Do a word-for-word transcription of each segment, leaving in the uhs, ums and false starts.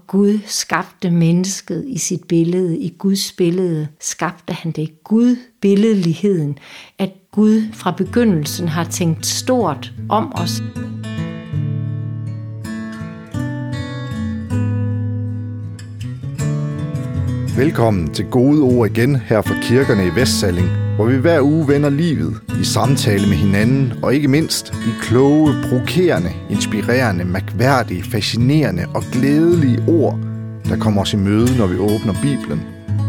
Gud skabte mennesket i sit billede, i Guds billede skabte han det. Gud, billedligheden, at Gud fra begyndelsen har tænkt stort om os. Velkommen til Gode Ord igen her fra kirkerne i Vestsalling, hvor vi hver uge vender livet i samtale med hinanden, og ikke mindst i kloge, provokerende, inspirerende, mærkværdige, fascinerende og glædelige ord, der kommer os i møde, når vi åbner Bibelen.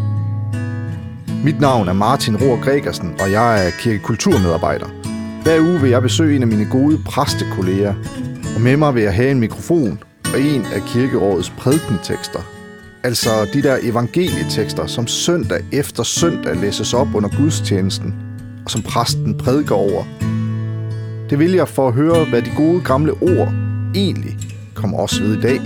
Mit navn er Martin Roar Gregersen, og jeg er kirkekulturmedarbejder. Hver uge vil jeg besøge en af mine gode præstekolleger, og med mig vil jeg have en mikrofon og en af kirkerådets prædikentekster. Altså de der evangelietekster, som søndag efter søndag læses op under gudstjenesten, og som præsten prædiker over. Det vil jeg for at høre, hvad de gode gamle ord egentlig kommer os ved i dag.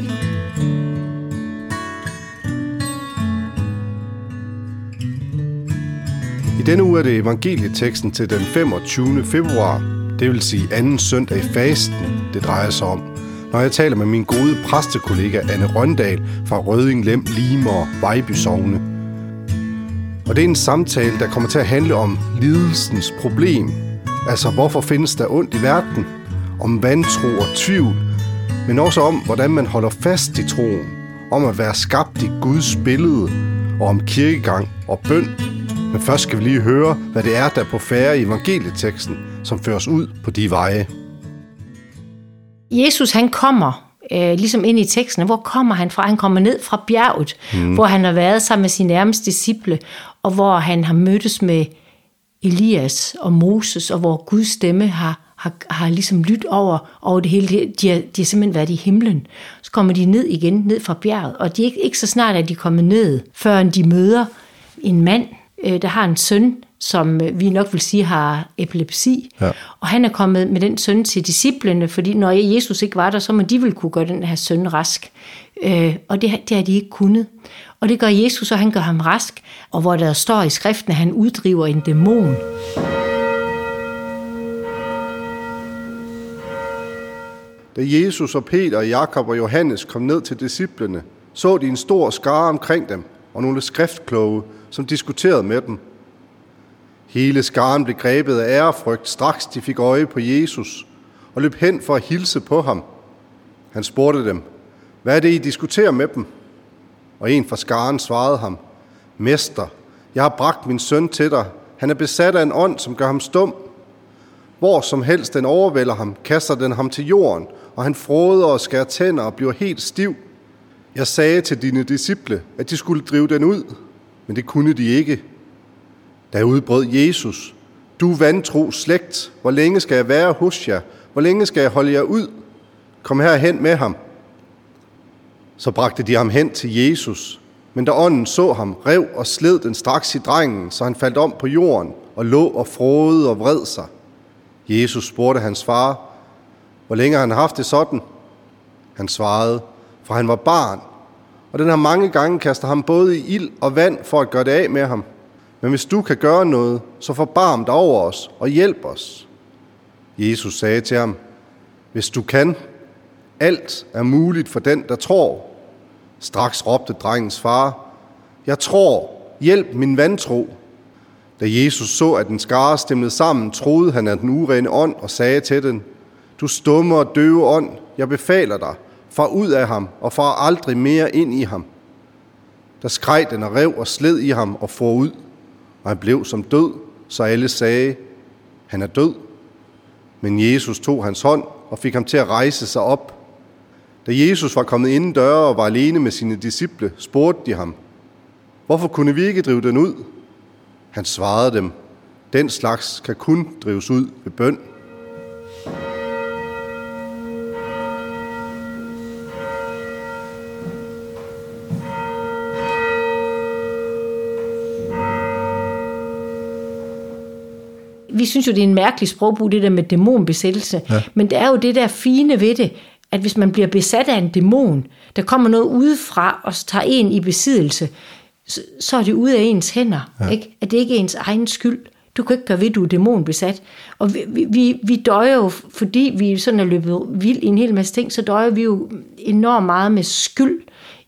I denne uge er det evangelieteksten til den femogtyvende februar, det vil sige anden søndag i fasten, det drejer sig om, når jeg taler med min gode præstekollega Anne Røndal fra Rødding, Lem, Lime og Vejby Sogne. Og det er en samtale, der kommer til at handle om lidelsens problem. Altså, hvorfor findes der ondt i verden? Om vantro og tvivl, men også om, hvordan man holder fast i troen. Om at være skabt i Guds billede, og om kirkegang og bøn. Men først skal vi lige høre, hvad det er, der er på færde i evangelieteksten, som føres ud på de veje. Jesus han kommer øh, ligesom ind i teksten. Hvor kommer han fra? Han kommer ned fra bjerget, mm. hvor han har været sammen med sine nærmeste disciple, og hvor han har mødtes med Elias og Moses, og hvor Guds stemme har, har, har ligesom lyttet over, over det hele. De har, de har simpelthen været i himlen. Så kommer de ned igen, ned fra bjerget, og de er ikke, ikke så snart, at de kommer ned, før de møder en mand, øh, der har en søn, som vi nok vil sige har epilepsi. Ja. Og han er kommet med den søn til disciplene, fordi når Jesus ikke var der, så må de vel kunne gøre den her søn rask. Øh, og det, det har de ikke kunnet. Og det gør Jesus, og han gør ham rask. Og hvor der står i skriften, at han uddriver en dæmon. Da Jesus og Peter, Jakob og Johannes kom ned til disciplene, så de en stor skare omkring dem, og nogle skriftkloge, som diskuterede med dem. Hele skaren blev grebet af ærefrygt, straks de fik øje på Jesus, og løb hen for at hilse på ham. Han spurgte dem, hvad er det, I diskuterer med dem? Og en fra skaren svarede ham, Mester, jeg har bragt min søn til dig. Han er besat af en ånd, som gør ham stum. Hvor som helst den overvælder ham, kaster den ham til jorden, og han fråder og skærer tænder og bliver helt stiv. Jeg sagde til dine disciple, at de skulle drive den ud, men det kunne de ikke. Da udbrød Jesus, du vantro slægt, hvor længe skal jeg være hos jer? Hvor længe skal jeg holde jer ud? Kom herhen med ham. Så bragte de ham hen til Jesus, men da ånden så ham, rev og sled den straks i drengen, så han faldt om på jorden og lå og frådede og vred sig. Jesus spurgte hans far, hvor længe han haft det sådan? Han svarede, for han var barn, og den har mange gange kastet ham både i ild og vand for at gøre det af med ham. Men hvis du kan gøre noget, så forbarm dig over os og hjælp os. Jesus sagde til ham, hvis du kan, alt er muligt for den, der tror. Straks råbte drengens far, jeg tror, hjælp min vantro. Da Jesus så, at den skare stemlede sammen, troede han af den urene ånd og sagde til den, du stumme og døve ånd, jeg befaler dig, far ud af ham og far aldrig mere ind i ham. Der skreg den og rev og sled i ham og for ud. Og han blev som død, så alle sagde, han er død. Men Jesus tog hans hånd og fik ham til at rejse sig op. Da Jesus var kommet inden døre og var alene med sine disciple, spurgte de ham, hvorfor kunne vi ikke drive den ud? Han svarede dem, den slags kan kun drives ud ved bøn. Vi synes jo, det er en mærkelig sprogbrug, det der med dæmonbesættelse. Ja. Men det er jo det der fine ved det, at hvis man bliver besat af en dæmon, der kommer noget udefra og tager en i besiddelse, så er det ude af ens hænder. Ja. Ikke? At det ikke er ens egen skyld. Du kan ikke gøre ved, at du er dæmonbesat. Og vi, vi, vi døjer jo, fordi vi sådan er løbet vild i en hel masse ting, så døjer vi jo enormt meget med skyld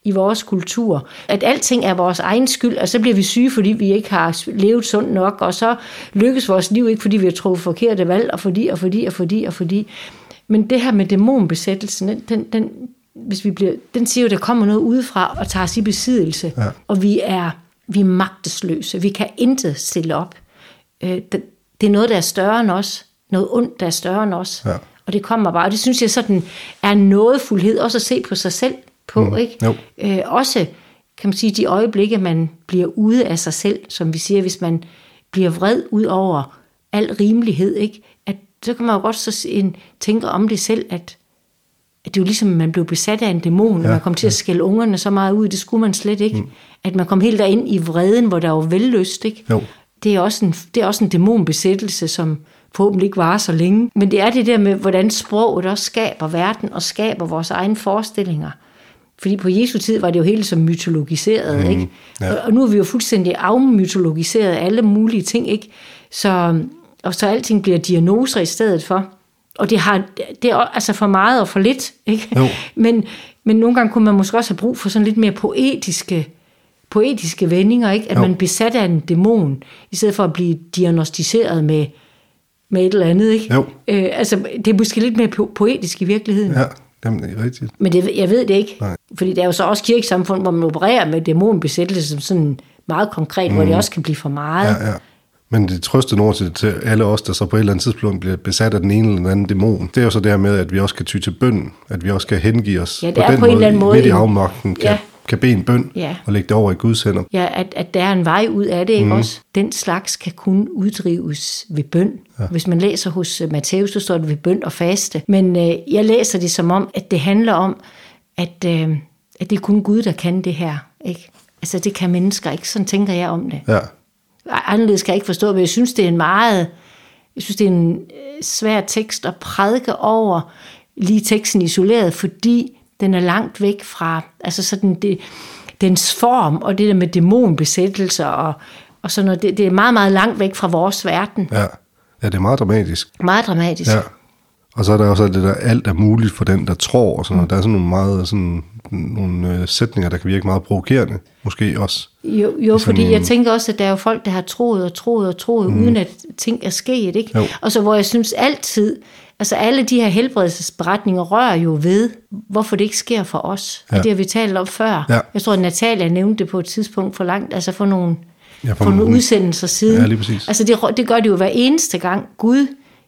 i vores kultur. At alting er vores egen skyld, og så bliver vi syge, fordi vi ikke har levet sundt nok, og så lykkes vores liv ikke, fordi vi har truffet forkerte valg, og fordi, og fordi, og fordi, og fordi. Men det her med dæmonbesættelsen, den, den, hvis vi bliver, den siger jo, at der kommer noget udefra og tager os i besiddelse, ja. Og vi er, vi er magtesløse. Vi kan intet stille op. Det er noget, der er større end os. Noget ondt, der er større end os. Ja. Og det kommer bare, og det synes jeg sådan er nådefuldhed, også at se på sig selv på, mm. ikke? Øh, også, kan man sige, de øjeblikke, man bliver ude af sig selv, som vi siger, hvis man bliver vred ud over al rimelighed, ikke? At så kan man jo godt så en, tænke om det selv, at, at det er jo ligesom, man blev besat af en dæmon, ja. Og man kom til at skælde ungerne så meget ud, det skulle man slet ikke. Mm. At man kom helt derind i vreden, hvor der var vellyst, ikke? Jo. Det er også en, det er også en dæmonbesættelse, som forhåbentlig ikke varer så længe. Men det er det der med, hvordan sproget også skaber verden og skaber vores egne forestillinger. Fordi på Jesu tid var det jo helt som mytologiseret, mm, ikke? Ja. Og nu er vi jo fuldstændig afmytologiseret af alle mulige ting, ikke? Så, og så alting bliver diagnoser i stedet for. Og det, har, det er altså for meget og for lidt, ikke? Men, men nogle gange kunne man måske også have brug for sådan lidt mere poetiske poetiske vendinger, ikke? At jo. Man besat af en dæmon, i stedet for at blive diagnostiseret med, med et eller andet, ikke? Jo. Øh, altså, det er måske lidt mere po- poetisk i virkeligheden. Ja, jamen, det er rigtigt. Men det, jeg ved det ikke. Nej. Fordi der er jo så også kirkesamfund, hvor man opererer med dæmonbesættelse som sådan meget konkret, mm. hvor det også kan blive for meget. Ja, ja. Men det trøste ord til, til alle os, der så på et eller andet tidspunkt bliver besat af den ene eller anden dæmon, det er jo så det her med, at vi også kan ty til bøn, at vi også kan hengive os ja, det på er den på en eller anden måde midt i afmagten, kan, ja. kan bede en bøn ja. Og lægge det over i Guds hænder. Ja, at, at der er en vej ud af det, ikke mm. også? Den slags kan kun uddrives ved bøn. Ja. Hvis man læser hos Matthæus, så står det ved bøn og faste. Men øh, jeg læser det som om, at det handler om, at, øh, at det er kun Gud, der kan det her, ikke? Altså, det kan mennesker ikke. Sådan tænker jeg om det. Ja. Anderledes kan jeg ikke forstå, men jeg synes, det er en meget, jeg synes, det er en svær tekst at prædike over lige teksten isoleret, fordi den er langt væk fra, altså sådan det, dens form, og det der med dæmonbesættelser, og, og sådan noget, det, det er meget, meget langt væk fra vores verden. Ja, ja, det er meget dramatisk. Meget dramatisk. Ja. Og så er der også det der, alt er muligt for den, der tror, og sådan noget. Der er sådan nogle meget, sådan, nogle øh, sætninger, der kan virke meget provokerende, måske også. Jo, jo fordi nogle... jeg tænker også, at der er jo folk, der har troet og troet og troet, mm. uden at ting er sket, ikke? Jo. Og så hvor jeg synes altid, altså alle de her helbredelsesberetninger rører jo ved, hvorfor det ikke sker for os. Ja. Og det har vi talt om før. Ja. Jeg tror, at Natalia nævnte det på et tidspunkt for langt, altså for nogle, ja, for for nogle udsendelser siden. Ja, lige præcis. Altså det, det gør det jo hver eneste gang. Gud,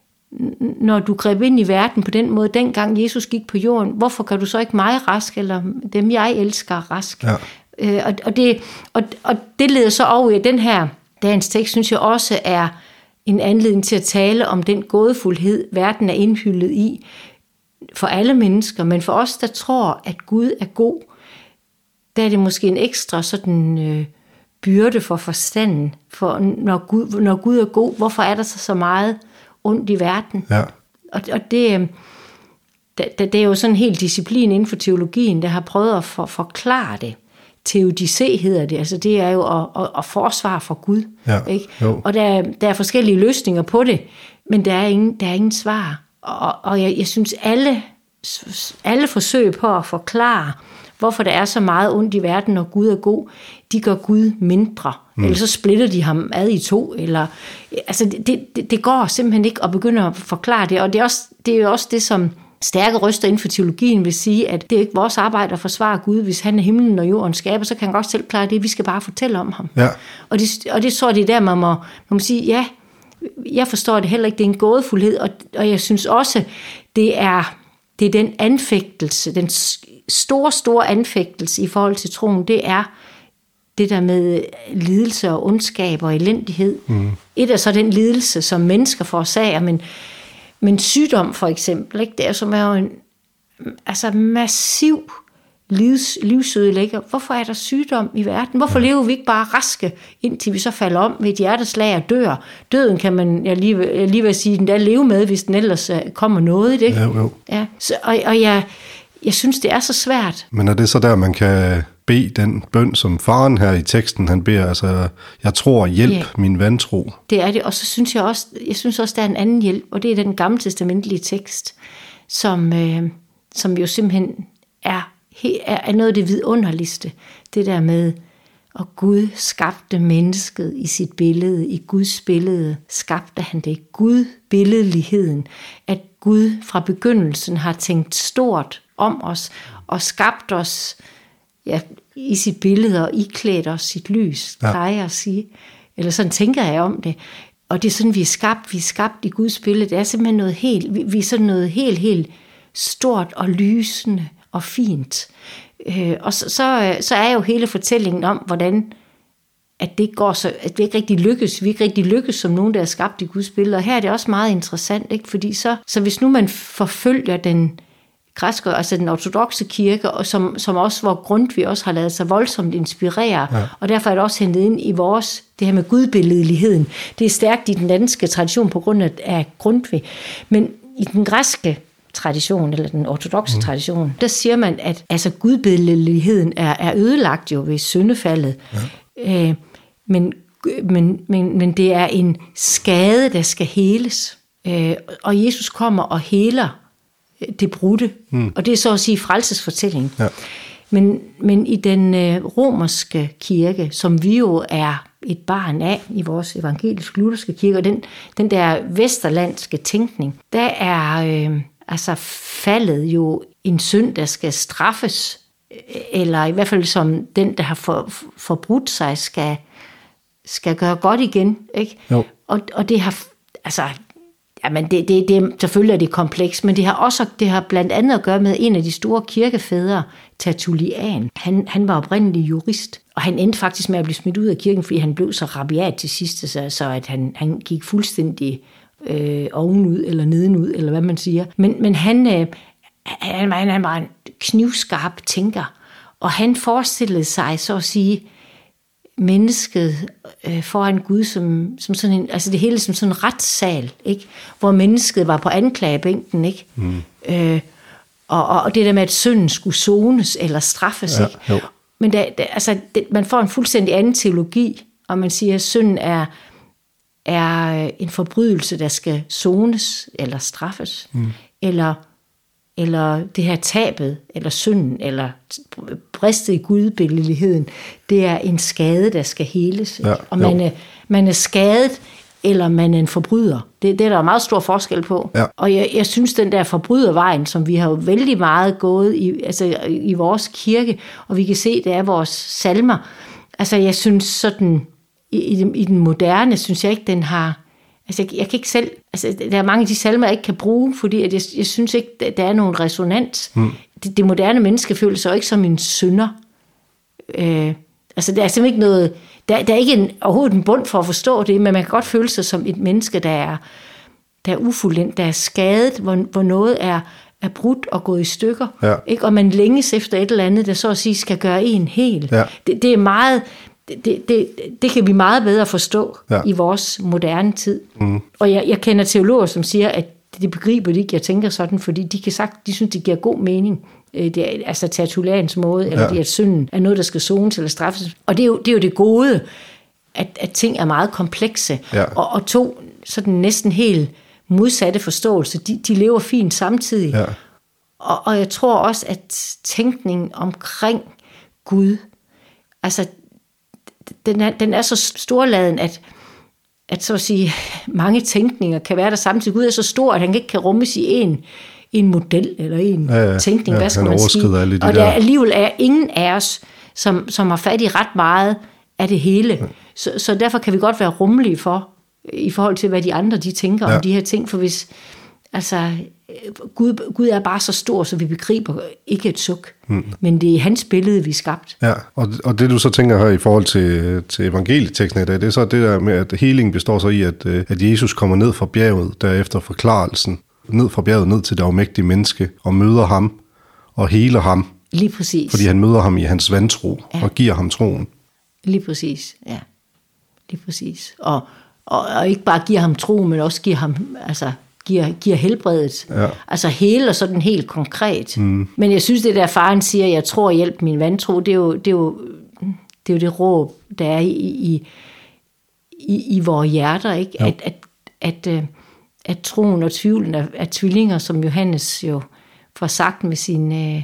når du greb ind i verden på den måde, dengang Jesus gik på jorden, hvorfor gør du så ikke mig rask, eller dem jeg elsker rask? Ja. Øh, og, og, det, og, og det leder så over i den her dagens tekst, synes jeg også er en anledning til at tale om den gådefuldhed, verden er indhyllet i, for alle mennesker, men for os, der tror, at Gud er god, der er det måske en ekstra sådan øh, byrde for forstanden, for når Gud, når Gud er god, hvorfor er der så så meget ondt i verden? Ja. Og, og det, det, det er jo sådan en hel disciplin inden for teologien, der har prøvet at for, forklare det. Teodicé hedder det, altså det er jo at, at, at forsvare for Gud. Ja, ikke? Og der, der er forskellige løsninger på det, men der er ingen, der er ingen svar. Og, og jeg, jeg synes, alle, alle forsøg på at forklare, hvorfor der er så meget ondt i verden, når Gud er god, de gør Gud mindre. Mm. Eller så splitter de ham ad i to. Eller, altså det, det, det går simpelthen ikke at begynde at forklare det. Og det er, også, det er jo også det, som stærke røster inden for teologien vil sige, at det er ikke vores arbejde at forsvare Gud. Hvis han er himlen og jorden skaber, så kan han godt selv klare det. Vi skal bare fortælle om ham. Ja. Og, det, og det så det der, man må, man må sige, ja, jeg forstår det heller ikke. Det er en gådefuldhed. Og, og jeg synes også, det er, det er den anfægtelse, den store, store anfægtelse i forhold til troen, det er det der med lidelse og ondskab og elendighed. Mm. Et er så den lidelse, som mennesker forårsager, men Men sygdom for eksempel, ikke? Det er som er jo en altså massiv livs, livsødelægger. Hvorfor er der sygdom i verden? Hvorfor ja. lever vi ikke bare raske, indtil vi så falder om med et hjerteslag og dør? Døden kan man, jeg lige, jeg lige vil sige, den der leve med, hvis den ellers kommer noget i det. Ja, jo. Ja. Så, og og jeg, jeg synes, det er så svært. Men er det så der, man kan bede den bøn, som faren her i teksten, han beder, altså, jeg tror, hjælp ja. min vantro. Det er det, og så synes jeg også, jeg synes også, der er en anden hjælp, og det er den gammeltestamentlige tekst, som, øh, som jo simpelthen er er, er noget af det vidunderligste. Det der med, at Gud skabte mennesket i sit billede. I Guds billede skabte han det. Gud billedligheden. At Gud fra begyndelsen har tænkt stort om os og skabt os ja, i sit billede og iklædt os sit lys, ja. plejer jeg at sige. Eller sådan tænker jeg om det. Og det er sådan, vi er skabt. Vi er skabt i Guds billede. Det er simpelthen noget helt, vi, vi er sådan noget helt, helt stort og lysende og fint. Øh, og så, så, så er jo hele fortællingen om, hvordan at det går så, at vi ikke rigtig lykkes. Vi ikke rigtig lykkes som nogen, der er skabt i Guds billede. Og her er det også meget interessant, ikke? Fordi så, så hvis nu man forfølger den græske, altså den ortodokse kirke, og som, som også, hvor Grundtvig også har lavet sig voldsomt inspirere, ja. Og derfor er det også hentet ind i vores, det her med gudbilledligheden. Det er stærkt i den danske tradition på grund af Grundtvig. Men i den græske tradition, eller den ortodokse mm. tradition, der siger man, at altså, gudbilledligheden er, er ødelagt jo ved syndefaldet. Ja. Øh, men, men, men, men det er en skade, der skal heles. Øh, og Jesus kommer og heler det brudte. Mm. Og det er så at sige frelsesfortællingen. Ja. Men, men i den øh, romerske kirke, som vi jo er et barn af i vores evangelisk-lutherske kirke, og den, den der vesterlandske tænkning, der er øh, altså faldet jo en synd, der skal straffes, eller i hvert fald som den, der har for, forbrudt sig, skal, skal gøre godt igen. Ikke? Og, og det har, altså, jamen det, det, det, selvfølgelig er det kompleks, men det har også det har blandt andet at gøre med en af de store kirkefædre, Tertullian. Han, han var oprindelig jurist, og han endte faktisk med at blive smidt ud af kirken, fordi han blev så rabiat til sidst, så, så at han, han gik fuldstændig øh, ovenud eller nedenud, eller hvad man siger. Men, men han, øh, han, han var en knivskarp tænker, og han forestillede sig så at sige mennesket øh, foran Gud som, som sådan en, altså det hele som sådan en retssal, ikke? Hvor mennesket var på anklagebænken, ikke? Mm. Øh, og, og det der med, at synden skulle sones eller straffes, ja, ikke? Jo. Men der, der, altså, det, man får en fuldstændig anden teologi, og man siger, at synden er, er en forbrydelse, der skal sones eller straffes, mm. eller eller det her tabet, eller synden, eller bristet i gudbilledligheden, det er en skade, der skal heles. Ja, og man er, man er skadet, eller man er en forbryder. Det, det er der meget stor forskel på. Ja. Og jeg, jeg synes, den der forbrydervejen, som vi har jo vældig meget gået i, altså, i vores kirke, og vi kan se, det er vores salmer. Altså jeg synes sådan, i, i, den, i den moderne, synes jeg ikke, den har... Altså, jeg, jeg kan ikke selv... Altså, der er mange af de salmer, jeg ikke kan bruge, fordi at jeg, jeg synes ikke, der er nogen resonans. Mm. Det, det moderne menneske føler sig jo ikke som en synder. Øh, altså, der er simpelthen ikke noget... Der, der er ikke en, overhovedet en bund for at forstå det, men man kan godt føle sig som et menneske, der er, der er ufuldendt, der er skadet, hvor, hvor noget er, er brudt og gået i stykker. Ja. Ikke? Og man længes efter et eller andet, der så at sige skal gøre en hel. Ja. Det, det er meget... Det, det, det kan vi meget bedre forstå ja. I vores moderne tid. Mm. Og jeg, jeg kender teologer, som siger, at det begriber de ikke, jeg tænker sådan, fordi de kan sagt, de synes, det giver god mening. Det er, altså Tertullians måde, eller ja. Det, at synden er noget, der skal sones eller straffes. Og det er jo det, er jo det gode, at, at ting er meget komplekse. Ja. Og, og to sådan næsten helt modsatte forståelse, de, de lever fint samtidig. Ja. Og, og jeg tror også, at tænkningen omkring Gud, altså Den er, den er så storladen, at, at så at sige, mange tænkninger kan være der samtidig. Gud er så stor, at han ikke kan rummes i en, en model eller en ja, ja, tænkning. Ja, hvad skal man sige? De og der alligevel er ingen af os, som, som har fat i ret meget af det hele. Ja. Så, så derfor kan vi godt være rummelige for, i forhold til, hvad de andre de tænker ja. Om de her ting. For hvis, altså, Gud, Gud er bare så stor, så vi begriber ikke et suk. Hmm. Men det er hans billede, vi er skabt. Ja, og, og det du så tænker her i forhold til, til evangelieteksten i dag, det er så det der med, at healing består så i, at, at Jesus kommer ned fra bjerget, derefter forklarelsen, ned fra bjerget, ned til det afmægtige menneske, og møder ham, og heler ham. Lige præcis. Fordi han møder ham i hans vantro, ja. Og giver ham troen. Lige præcis, ja. Lige præcis. Og, og, og ikke bare giver ham tro, men også giver ham, altså... Giver, giver helbredet. Ja. Altså hele og sådan helt konkret. Mm. Men jeg synes, det der faren siger, jeg tror, hjælp min vantro, det er jo det, er jo, det, er jo det råb, der er i, i, i, i vores hjerter. Ikke? At, at, at, at, at troen og tvivlen er, er tvillinger, som Johannes jo får sagt med sin,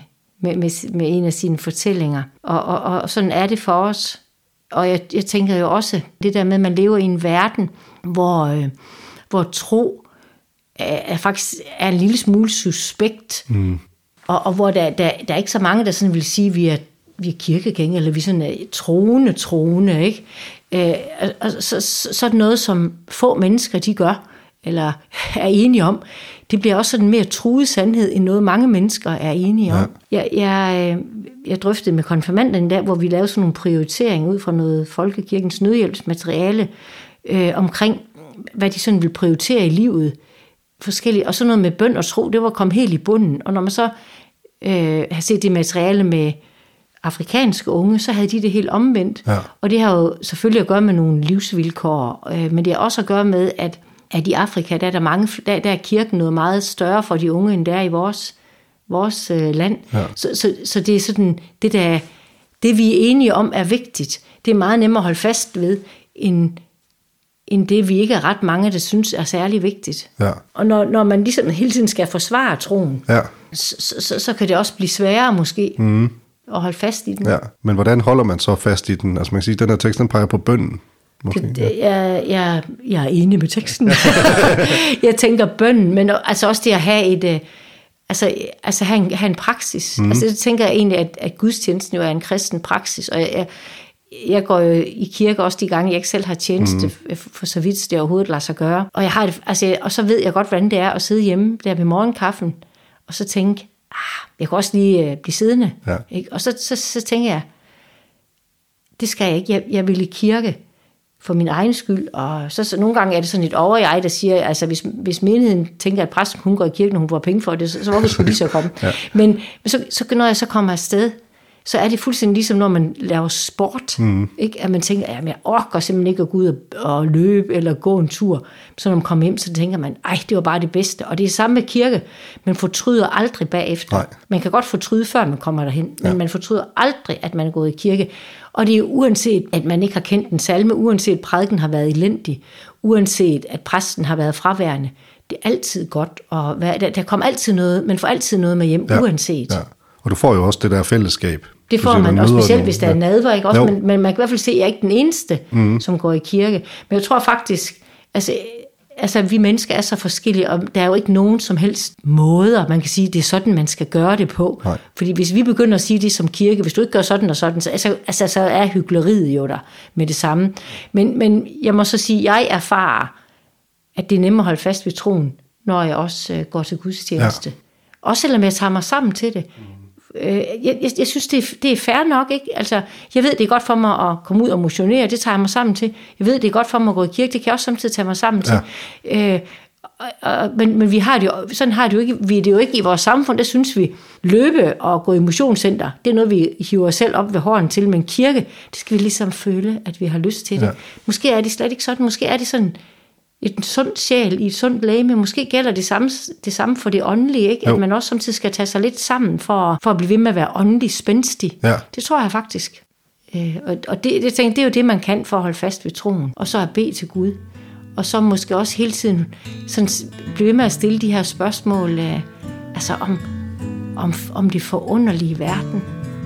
med, med, med en af sine fortællinger. Og, og, og sådan er det for os. Og jeg, jeg tænker jo også, det der med, at man lever i en verden, hvor, øh, hvor tro er, er faktisk er en lille smule suspekt. Mm. Og, og hvor der, der, der er ikke så mange, der sådan vil sige, at vi er, vi er kirkegængere, eller vi er sådan troende, troende, ikke? Øh, og så, så er det noget, som få mennesker, de gør, eller er enige om. Det bliver også sådan mere truet sandhed, end noget mange mennesker er enige om. Ja. Jeg, jeg, jeg drøftede med konfirmanderne der, hvor vi lavede sådan nogle prioriteringer ud fra noget Folkekirkens nødhjælpsmateriale, øh, omkring, hvad de sådan vil prioritere i livet. Forskellige. Og sådan noget med bøn og tro, det var kommet helt i bunden. Og når man så øh, har set det materiale med afrikanske unge, så havde de det helt omvendt. Ja. Og det har jo selvfølgelig at gøre med nogle livsvilkår, øh, men det har også at gøre med, at, at i Afrika, der er, der, mange, der, der er kirken noget meget større for de unge, end der er i vores, vores øh, land. Ja. Så, så, så det er sådan, det der, det vi er enige om er vigtigt. Det er meget nemmere at holde fast ved, end, end det vi ikke er ret mange, der synes er særlig vigtigt. Ja. Og når, når man ligesom hele tiden skal forsvare troen, ja. så, så, så kan det også blive sværere måske, mm. at holde fast i den. Ja, men hvordan holder man så fast i den? Altså man kan sige, at den her tekst, den peger på bønnen. Det, jeg, jeg, jeg er enig med teksten. Jeg tænker bønnen, men altså også det at have et, altså, altså have, en, have en praksis. Mm. Altså det tænker jeg egentlig, at, at gudstjenesten jo er en kristen praksis, og jeg, jeg går jo i kirke også de gange, jeg ikke selv har tjeneste, mm. for så vidt det overhovedet lader sig gøre. Og, jeg har det, altså, og så ved jeg godt, hvordan det er at sidde hjemme der ved morgenkaffen, og så tænke, ah, jeg kan også lige uh, blive siddende. Ja. Ikke? Og så, så, så tænker jeg, det skal jeg ikke. Jeg, jeg vil i kirke for min egen skyld. Og så, så nogle gange er det sådan et overjeg, der siger, altså hvis, hvis menigheden tænker, at præsten hun går i kirken, og hun får penge for det, så, så må vi sgu lige så komme. Ja. Men, men så, så når jeg så kommer afsted, så er det fuldstændig ligesom, når man laver sport. Mm. Ikke? At man tænker, at jeg orker simpelthen ikke at gå ud og, og løbe eller gå en tur. Så når man kommer hjem, så tænker man, ej, det var bare det bedste. Og det er samme med kirke. Man fortryder aldrig bagefter. Nej. Man kan godt fortryde, før man kommer derhen, men ja. Man fortryder aldrig, at man er gået i kirke. Og det er jo uanset, at man ikke har kendt en salme, uanset at prædiken har været elendig, uanset at præsten har været fraværende. Det er altid godt. Og der, der kommer altid noget, man får altid noget med hjem, ja. Uanset. Ja. Og du får jo også det der fællesskab. Det får man, og specielt hvis der er nadver, ikke? Også, men, men man kan i hvert fald se, at jeg er ikke den eneste, mm. som går i kirke. Men jeg tror faktisk, altså, altså vi mennesker er så forskellige, og der er jo ikke nogen som helst måder, man kan sige, det er sådan, man skal gøre det på. Nej. Fordi hvis vi begynder at sige det som kirke, hvis du ikke gør sådan og sådan, så, altså, altså, så er hykleriet jo der med det samme. Men, men jeg må så sige, at jeg erfarer, at det er nemmere at holde fast ved troen, når jeg også uh, går til gudstjeneste. Ja. Også selvom jeg tager mig sammen til det. Jeg, jeg, jeg synes, det er, det er fair nok, ikke? Altså, jeg ved, det er godt for mig at komme ud og motionere, det tager jeg mig sammen til. Jeg ved, det er godt for mig at gå i kirke, det kan jeg også samtidig tage mig sammen til. Ja. Øh, og, og, men, men vi har det jo, sådan har det jo ikke, vi er det jo ikke i vores samfund, der synes vi, løbe og gå i motionscenter, det er noget, vi hiver os selv op ved hånden til, men kirke, det skal vi ligesom føle, at vi har lyst til det. Ja. Måske er det slet ikke sådan, måske er det sådan et sundt sjæl i et sundt legeme. Måske gælder det samme, det samme for det åndelige, ikke? At man også samtidig skal tage sig lidt sammen for, for at blive ved med at være åndelig spændstig. Ja. Det tror jeg faktisk. Øh, og og det, jeg tænker, det er jo det, man kan for at holde fast ved troen. Og så at bede til Gud. Og så måske også hele tiden sådan, blive ved med at stille de her spørgsmål øh, altså om, om, om det forunderlige verden.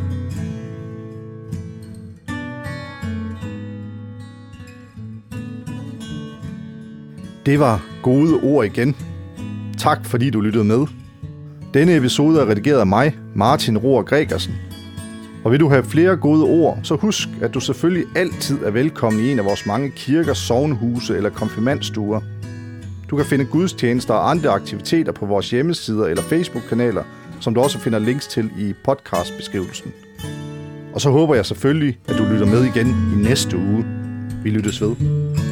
Det var gode ord igen. Tak fordi du lyttede med. Denne episode er redigeret af mig, Martin Roar Gregersen. Og vil du have flere gode ord, så husk, at du selvfølgelig altid er velkommen i en af vores mange kirker, sognehuse eller konfirmandstuer. Du kan finde gudstjenester og andre aktiviteter på vores hjemmesider eller Facebook-kanaler, som du også finder links til i podcastbeskrivelsen. Og så håber jeg selvfølgelig, at du lytter med igen i næste uge. Vi lyttes ved.